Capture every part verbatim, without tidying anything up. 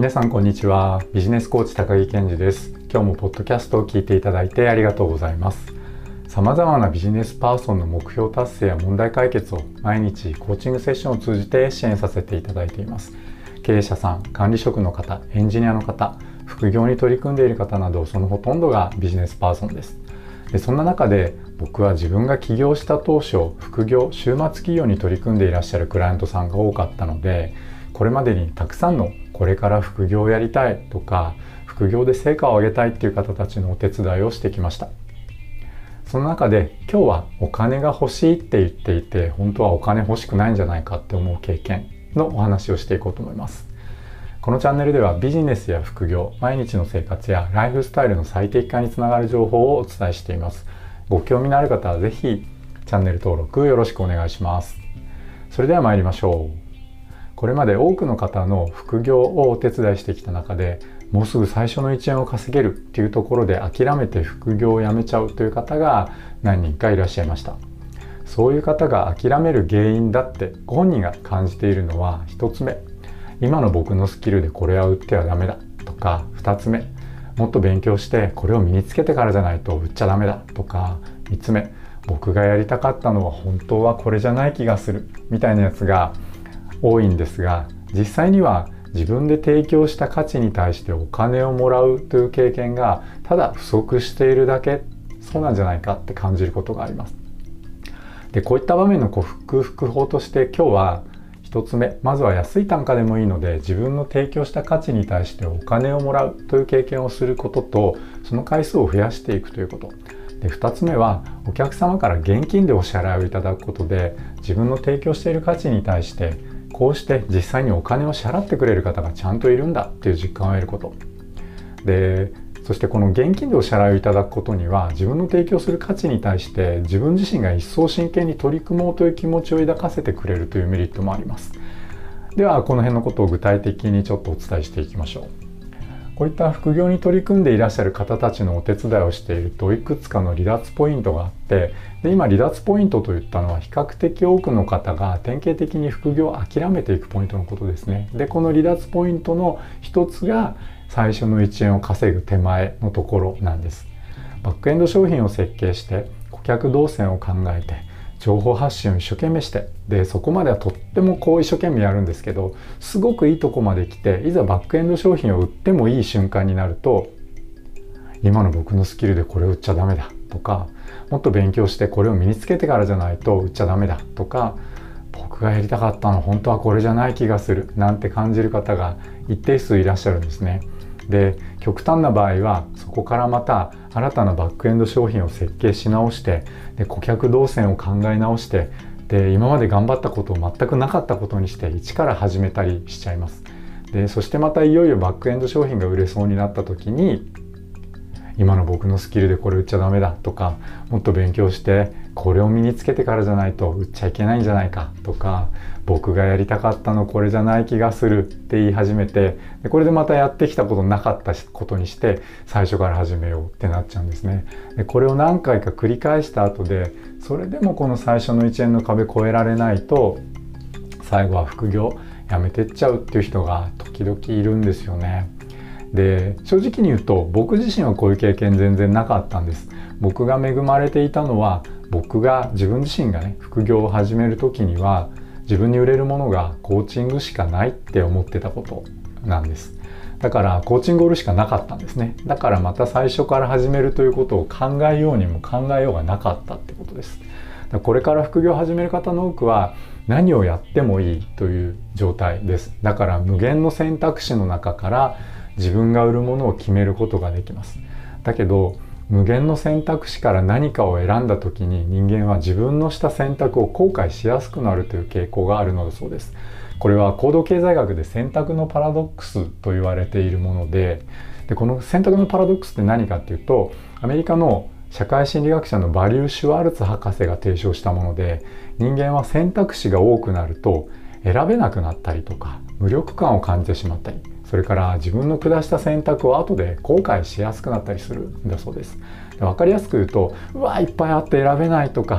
皆さんこんにちは。ビジネスコーチ高木健二です。今日もポッドキャストを聞いていただいてありがとうございます。様々なビジネスパーソンの目標達成や問題解決を毎日コーチングセッションを通じて支援させていただいています。経営者さん、管理職の方、エンジニアの方、副業に取り組んでいる方など、そのほとんどがビジネスパーソンです。でそんな中で僕は自分が起業した当初、副業、週末企業に取り組んでいらっしゃるクライアントさんが多かったので、これまでにたくさんのこれから副業をやりたいとか、副業で成果を上げたいっていう方たちのお手伝いをしてきました。その中で今日はお金が欲しいって言っていて、本当はお金欲しくないんじゃないかって思う経験のお話をしていこうと思います。このチャンネルではビジネスや副業、毎日の生活やライフスタイルの最適化につながる情報をお伝えしています。ご興味のある方はぜひチャンネル登録よろしくお願いします。それでは参りましょう。これまで多くの方の副業をお手伝いしてきた中で、もうすぐ最初のいちえんを稼げるっていうところで諦めて副業をやめちゃうという方が何人かいらっしゃいました。そういう方が諦める原因だってご本人が感じているのは、ひとつめ、今の僕のスキルでこれは売ってはダメだとか、ふたつめ、もっと勉強してこれを身につけてからじゃないと売っちゃダメだとか、みっつめ、僕がやりたかったのは本当はこれじゃない気がするみたいなやつが多いんですが、実際には自分で提供した価値に対してお金をもらうという経験がただ不足しているだけ、そうなんじゃないかって感じることがあります。で、こういった場面の克服法として今日はひとつめ、まずは安い単価でもいいので自分の提供した価値に対してお金をもらうという経験をすることと、その回数を増やしていくということ。で、ふたつめはお客様から現金でお支払いをいただくことで、自分の提供している価値に対してこうして実際にお金を支払ってくれる方がちゃんといるんだっていう実感を得ることで、そしてこの現金でお支払いをいただくことには、自分の提供する価値に対して自分自身が一層真剣に取り組もうという気持ちを抱かせてくれるというメリットもあります。ではこの辺のことを具体的にちょっとお伝えしていきましょう。こういった副業に取り組んでいらっしゃる方たちのお手伝いをしていると、いくつかの離脱ポイントがあって、で今離脱ポイントといったのは比較的多くの方が典型的に副業を諦めていくポイントのことですね。でこの離脱ポイントの一つが最初のいちえんを稼ぐ手前のところなんです。バックエンド商品を設計して顧客動線を考えて情報発信を一生懸命して、でそこまではとってもこう一生懸命やるんですけど、すごくいいとこまで来て、いざバックエンド商品を売ってもいい瞬間になると、今の僕のスキルでこれを売っちゃダメだとか、もっと勉強してこれを身につけてからじゃないと売っちゃダメだとか、僕がやりたかったの本当はこれじゃない気がするなんて感じる方が一定数いらっしゃるんですね。で極端な場合はそこからまた新たなバックエンド商品を設計し直して、で顧客動線を考え直して、で今まで頑張ったことを全くなかったことにして一から始めたりしちゃいます。でそしてまたいよいよバックエンド商品が売れそうになった時に、今の僕のスキルでこれ売っちゃダメだとか、もっと勉強してこれを身につけてからじゃないと売っちゃいけないんじゃないかとか、僕がやりたかったのこれじゃない気がするって言い始めて、でこれでまたやってきたことなかったことにして最初から始めようってなっちゃうんですね。でこれを何回か繰り返した後で、それでもこの最初のいちえんの壁越えられないと、最後は副業やめてっちゃうっていう人が時々いるんですよね。で正直に言うと僕自身はこういう経験全然なかったんです。僕が恵まれていたのは、僕が自分自身がね副業を始める時には自分に売れるものがコーチングしかないって思ってたことなんです。だからコーチングを売るしかなかったんですね。だからまた最初から始めるということを考えようにも考えようがなかったってことです。だからこれから副業を始める方の多くは何をやってもいいという状態です。だから無限の選択肢の中から自分が売るものを決めることができます。だけど無限の選択肢から何かを選んだ時に、人間は自分のした選択を後悔しやすくなるという傾向があるのだそうです。これは行動経済学で選択のパラドックスと言われているもので、でこの選択のパラドックスって何かっていうと、アメリカの社会心理学者のバリュー・シュワルツ博士が提唱したもので、人間は選択肢が多くなると選べなくなったりとか、無力感を感じてしまったり、それから自分の下した選択を後で後悔しやすくなったりするんだそうです。で分かりやすく言うと、うわいっぱいあって選べないとか、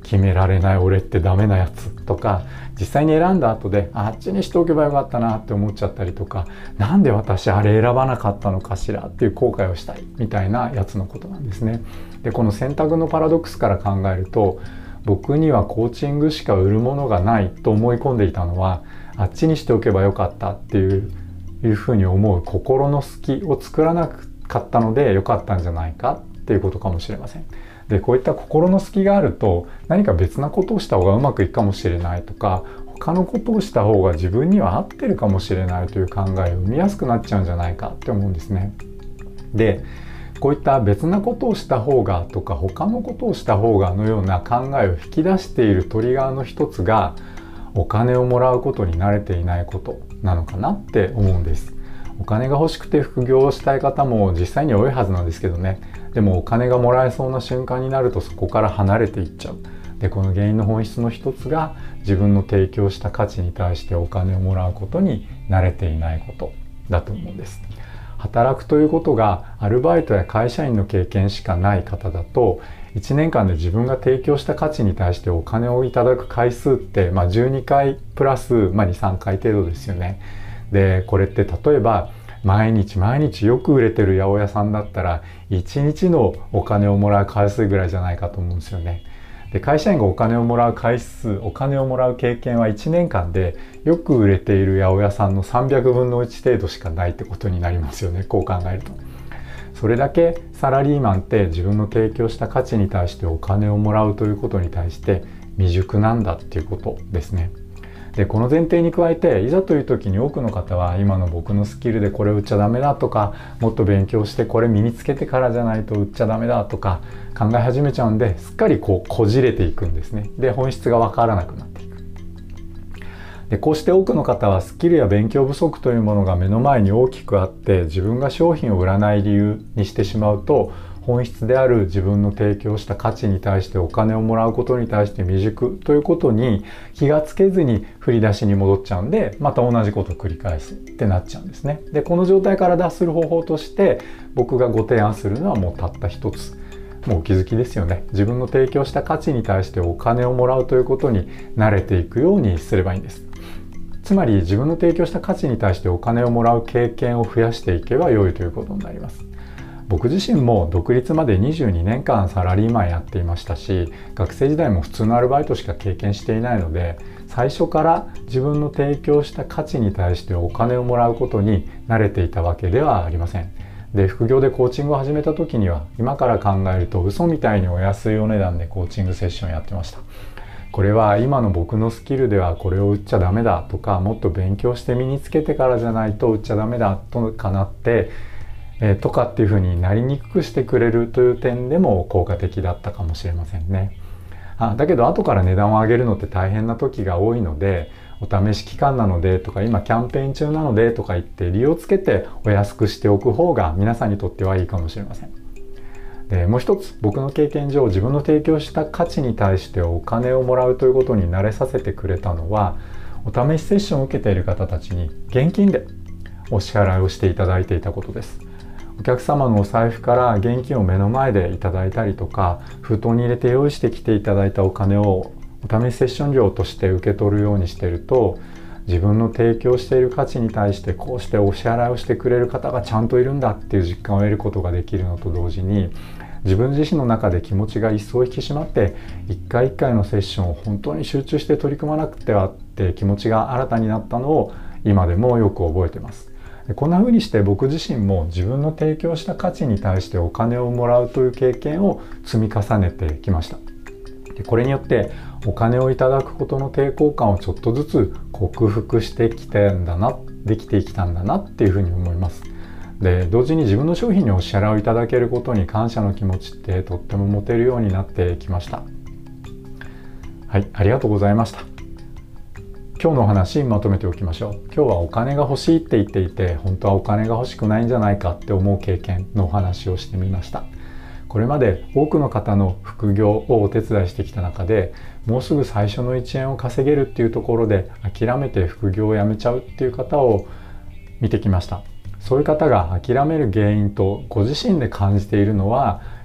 決められない俺ってダメなやつとか、実際に選んだ後であっちにしておけばよかったなって思っちゃったりとか、なんで私あれ選ばなかったのかしらっていう後悔をしたりみたいなやつのことなんですね。でこの選択のパラドックスから考えると、僕にはコーチングしか売るものがないと思い込んでいたのは、あっちにしておけばよかったっていういうふうに思う心の隙を作らなかったのでよかったんじゃないかっていうことかもしれません。でこういった心の隙があると、何か別なことをした方がうまくいくかもしれないとか、他のことをした方が自分には合ってるかもしれないという考えを生みやすくなっちゃうんじゃないかって思うんですね。でこういった別なことをした方がとか他のことをした方がのような考えを引き出しているトリガーの一つが、お金をもらうことに慣れていないことなのかなって思うんです。お金が欲しくて副業をしたい方も実際に多いはずなんですけどね。でもお金がもらえそうな瞬間になるとそこから離れていっちゃう。でこの原因の本質の一つが、自分の提供した価値に対してお金をもらうことに慣れていないことだと思うんです。働くということがアルバイトや会社員の経験しかない方だと、いちねんかんで自分が提供した価値に対してお金をいただく回数って、まあ、じゅうにかいプラス、まあ、にさんかい程度ですよね。でこれって例えば毎日毎日よく売れてる八百屋さんだったらいちにちのお金をもらう回数ぐらいじゃないかと思うんですよね。で会社員がお金をもらう回数、お金をもらう経験はいちねんかんでよく売れている八百屋さんのさんびゃくぶんのいち程度しかないってことになりますよね。こう考えると。それだけサラリーマンって自分の提供した価値に対してお金をもらうということに対して未熟なんだっていうことですね。でこの前提に加えて、いざという時に多くの方は今の僕のスキルでこれ売っちゃダメだとか、もっと勉強してこれ身につけてからじゃないと売っちゃダメだとか考え始めちゃうんで、すっかりこうこじれていくんですね。で本質が分からなくなっていく。でこうして多くの方はスキルや勉強不足というものが目の前に大きくあって、自分が商品を売らない理由にしてしまうと、本質である自分の提供した価値に対してお金をもらうことに対して未熟ということに気がつけずに振り出しに戻っちゃうんで、また同じことを繰り返すってなっちゃうんですね。でこの状態から脱する方法として僕がご提案するのはもうたった一つ。もうお気づきですよね。自分の提供した価値に対してお金をもらうということに慣れていくようにすればいいんです。つまり自分の提供した価値に対してお金をもらう経験を増やしていけば良いということになります。僕自身も独立までにじゅうにねんかんサラリーマンやっていましたし、学生時代も普通のアルバイトしか経験していないので、最初から自分の提供した価値に対してお金をもらうことに慣れていたわけではありません。で副業でコーチングを始めた時には、今から考えると嘘みたいにお安いお値段でコーチングセッションやってました。これは今の僕のスキルではこれを売っちゃダメだとか、もっと勉強して身につけてからじゃないと売っちゃダメだとかなって、えー、とかっていう風になりにくくしてくれるという点でも効果的だったかもしれませんね。あだけど後から値段を上げるのって大変な時が多いので、お試し期間なのでとか今キャンペーン中なのでとか言って理由をつけてお安くしておく方が皆さんにとってはいいかもしれません。でもう一つ、僕の経験上自分の提供した価値に対してお金をもらうということに慣れさせてくれたのは、お試しセッションを受けている方たちに現金でお支払いをしていただいていたことです。お客様のお財布から現金を目の前でいただいたりとか、封筒に入れて用意してきていただいたお金をお試しセッション料として受け取るようにしていると、自分の提供している価値に対してこうしてお支払いをしてくれる方がちゃんといるんだっていう実感を得ることができるのと同時に、自分自身の中で気持ちが一層引き締まって、一回一回のセッションを本当に集中して取り組まなくてはって気持ちが新たになったのを今でもよく覚えています。こんな風にして僕自身も自分の提供した価値に対してお金をもらうという経験を積み重ねてきました。でこれによってお金をいただくことの抵抗感をちょっとずつ克服してきてんだな、できてきたんだなっていうふうに思います。で同時に自分の商品にお支払いをいただけることに感謝の気持ちってとっても持てるようになってきました。はい、ありがとうございました。今日のお話まとめておきましょう。今日はお金が欲しいって言っていて、本当はお金が欲しくないんじゃないかって思う経験のお話をしてみました。これまで多くの方の副業をお手伝いしてきた中で、もうすぐ最初のいちえんを稼げるっていうところで諦めて副業をやめちゃうっていう方を見てきました。そういう方が諦める原因とご自身で感じているのは、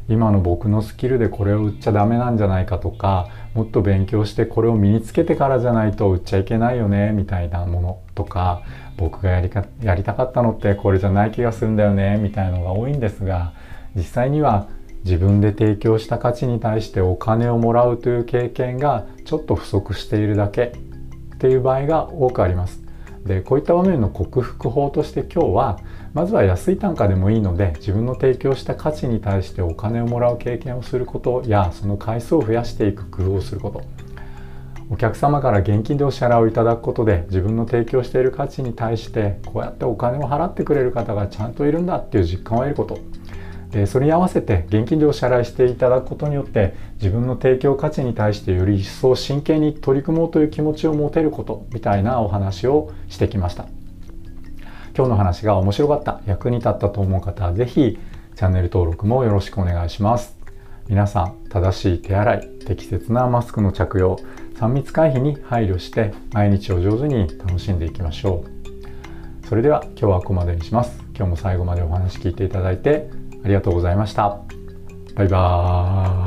今の僕のスキルでこれを売っちゃダメなんじゃないかとか、もっと勉強してこれを身につけてからじゃないと売っちゃいけないよねみたいなものとか、僕がやりかやりたかったのってこれじゃない気がするんだよねみたいなのが多いんですが、実際には自分で提供した価値に対してお金をもらうという経験がちょっと不足しているだけっていう場合が多くあります。で、こういった場面の克服法として今日は、まずは安い単価でもいいので自分の提供した価値に対してお金をもらう経験をすることや、その回数を増やしていく工夫をすること、お客様から現金でお支払いをいただくことで自分の提供している価値に対してこうやってお金を払ってくれる方がちゃんといるんだっていう実感を得ること、でそれに合わせて現金でお支払いしていただくことによって自分の提供価値に対してより一層真剣に取り組もうという気持ちを持てることみたいなお話をしてきました。今日の話が面白かった、役に立ったと思う方はぜひチャンネル登録もよろしくお願いします。皆さん、正しい手洗い、適切なマスクの着用、さん密回避に配慮して毎日を上手に楽しんでいきましょう。それでは今日はここまでにします。今日も最後までお話聞いていただいてありがとうございました。バイバーイ。